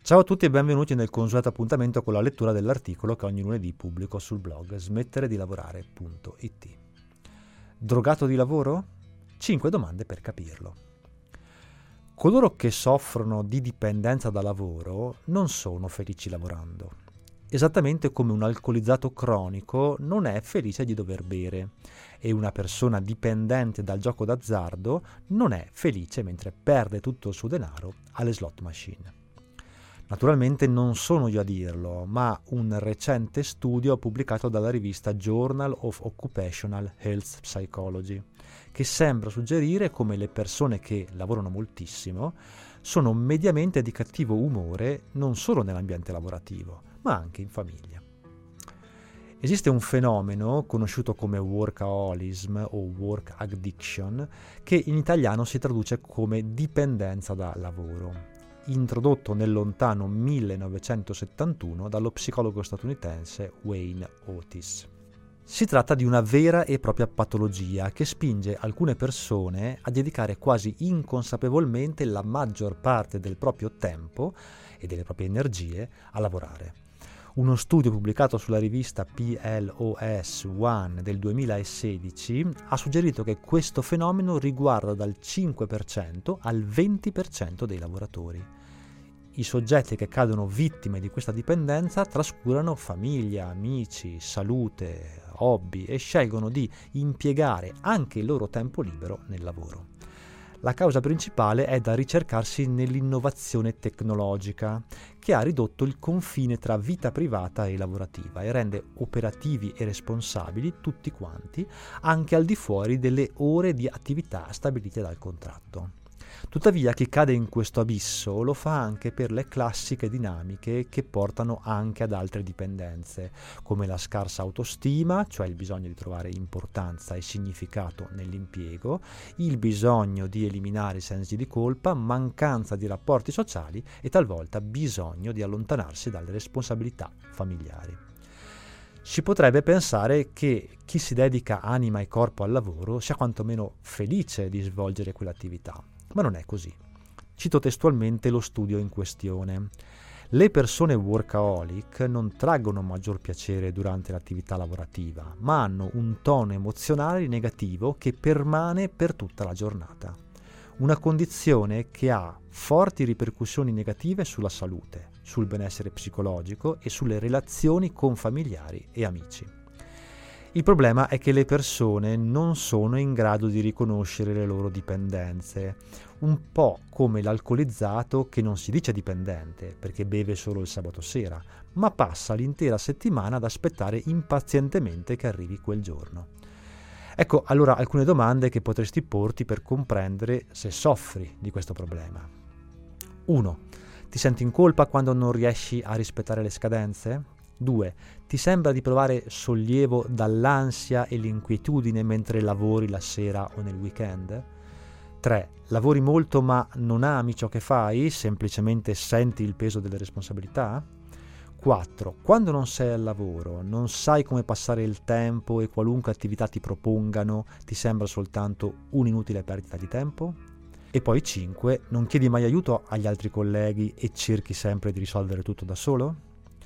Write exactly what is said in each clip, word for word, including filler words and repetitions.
Ciao a tutti e benvenuti nel consueto appuntamento con la lettura dell'articolo che ogni lunedì pubblico sul blog smettere di lavorare punto it. Drogato di lavoro? cinque domande per capirlo. Coloro che soffrono di dipendenza da lavoro non sono felici lavorando, esattamente come un alcolizzato cronico non è felice di dover bere e una persona dipendente dal gioco d'azzardo non è felice mentre perde tutto il suo denaro alle slot machine. Naturalmente non sono io a dirlo, ma un recente studio pubblicato dalla rivista Journal of Occupational Health Psychology, che sembra suggerire come le persone che lavorano moltissimo sono mediamente di cattivo umore non solo nell'ambiente lavorativo, ma anche in famiglia. Esiste un fenomeno conosciuto come workaholism o work addiction, che in italiano si traduce come dipendenza da lavoro, introdotto nel lontano millenovecentosettantuno dallo psicologo statunitense Wayne Otis. Si tratta di una vera e propria patologia che spinge alcune persone a dedicare quasi inconsapevolmente la maggior parte del proprio tempo e delle proprie energie a lavorare. Uno studio pubblicato sulla rivista P L O S uno del duemilasedici ha suggerito che questo fenomeno riguarda dal cinque per cento al venti per cento dei lavoratori. I soggetti che cadono vittime di questa dipendenza trascurano famiglia, amici, salute, hobby e scelgono di impiegare anche il loro tempo libero nel lavoro. La causa principale è da ricercarsi nell'innovazione tecnologica, che ha ridotto il confine tra vita privata e lavorativa e rende operativi e responsabili tutti quanti, anche al di fuori delle ore di attività stabilite dal contratto. Tuttavia chi cade in questo abisso lo fa anche per le classiche dinamiche che portano anche ad altre dipendenze, come la scarsa autostima, cioè il bisogno di trovare importanza e significato nell'impiego, il bisogno di eliminare sensi di colpa, mancanza di rapporti sociali e talvolta bisogno di allontanarsi dalle responsabilità familiari. Si potrebbe pensare che chi si dedica anima e corpo al lavoro sia quantomeno felice di svolgere quell'attività. Ma non è così. Cito testualmente lo studio in questione. Le persone workaholic non traggono maggior piacere durante l'attività lavorativa, ma hanno un tono emozionale negativo che permane per tutta la giornata. Una condizione che ha forti ripercussioni negative sulla salute, sul benessere psicologico e sulle relazioni con familiari e amici. Il problema è che le persone non sono in grado di riconoscere le loro dipendenze, un po' come l'alcolizzato che non si dice dipendente perché beve solo il sabato sera, ma passa l'intera settimana ad aspettare impazientemente che arrivi quel giorno. Ecco allora alcune domande che potresti porti per comprendere se soffri di questo problema. uno. Ti senti in colpa quando non riesci a rispettare le scadenze? due. Ti sembra di provare sollievo dall'ansia e l'inquietudine mentre lavori la sera o nel weekend? tre. Lavori molto ma non ami ciò che fai, semplicemente senti il peso delle responsabilità? quattro. Quando non sei al lavoro, non sai come passare il tempo e qualunque attività ti propongano ti sembra soltanto un'inutile perdita di tempo? E poi cinque. Non chiedi mai aiuto agli altri colleghi e cerchi sempre di risolvere tutto da solo?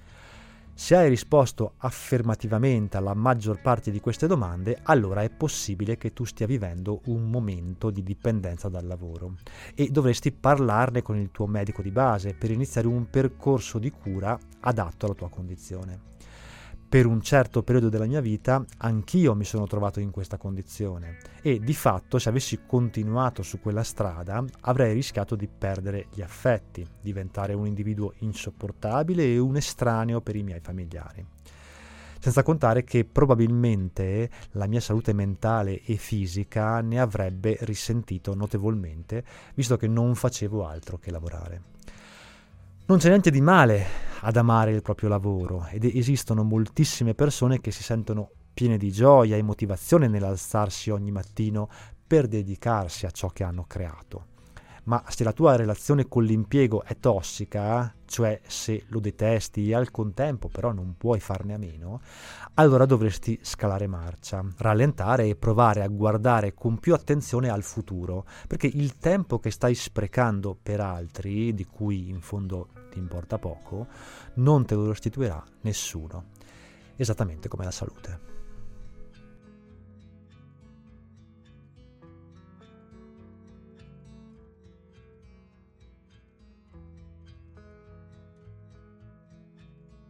Se hai risposto affermativamente alla maggior parte di queste domande, allora è possibile che tu stia vivendo un momento di dipendenza dal lavoro e dovresti parlarne con il tuo medico di base per iniziare un percorso di cura adatto alla tua condizione. Per un certo periodo della mia vita anch'io mi sono trovato in questa condizione e di fatto se avessi continuato su quella strada avrei rischiato di perdere gli affetti, diventare un individuo insopportabile e un estraneo per i miei familiari. Senza contare che probabilmente la mia salute mentale e fisica ne avrebbe risentito notevolmente, visto che non facevo altro che lavorare. Non c'è niente di male ad amare il proprio lavoro ed esistono moltissime persone che si sentono piene di gioia e motivazione nell'alzarsi ogni mattino per dedicarsi a ciò che hanno creato. Ma se la tua relazione con l'impiego è tossica, cioè se lo detesti e al contempo però non puoi farne a meno, allora dovresti scalare marcia, rallentare e provare a guardare con più attenzione al futuro, perché il tempo che stai sprecando per altri, di cui in fondo ti importa poco, non te lo restituirà nessuno, esattamente come la salute.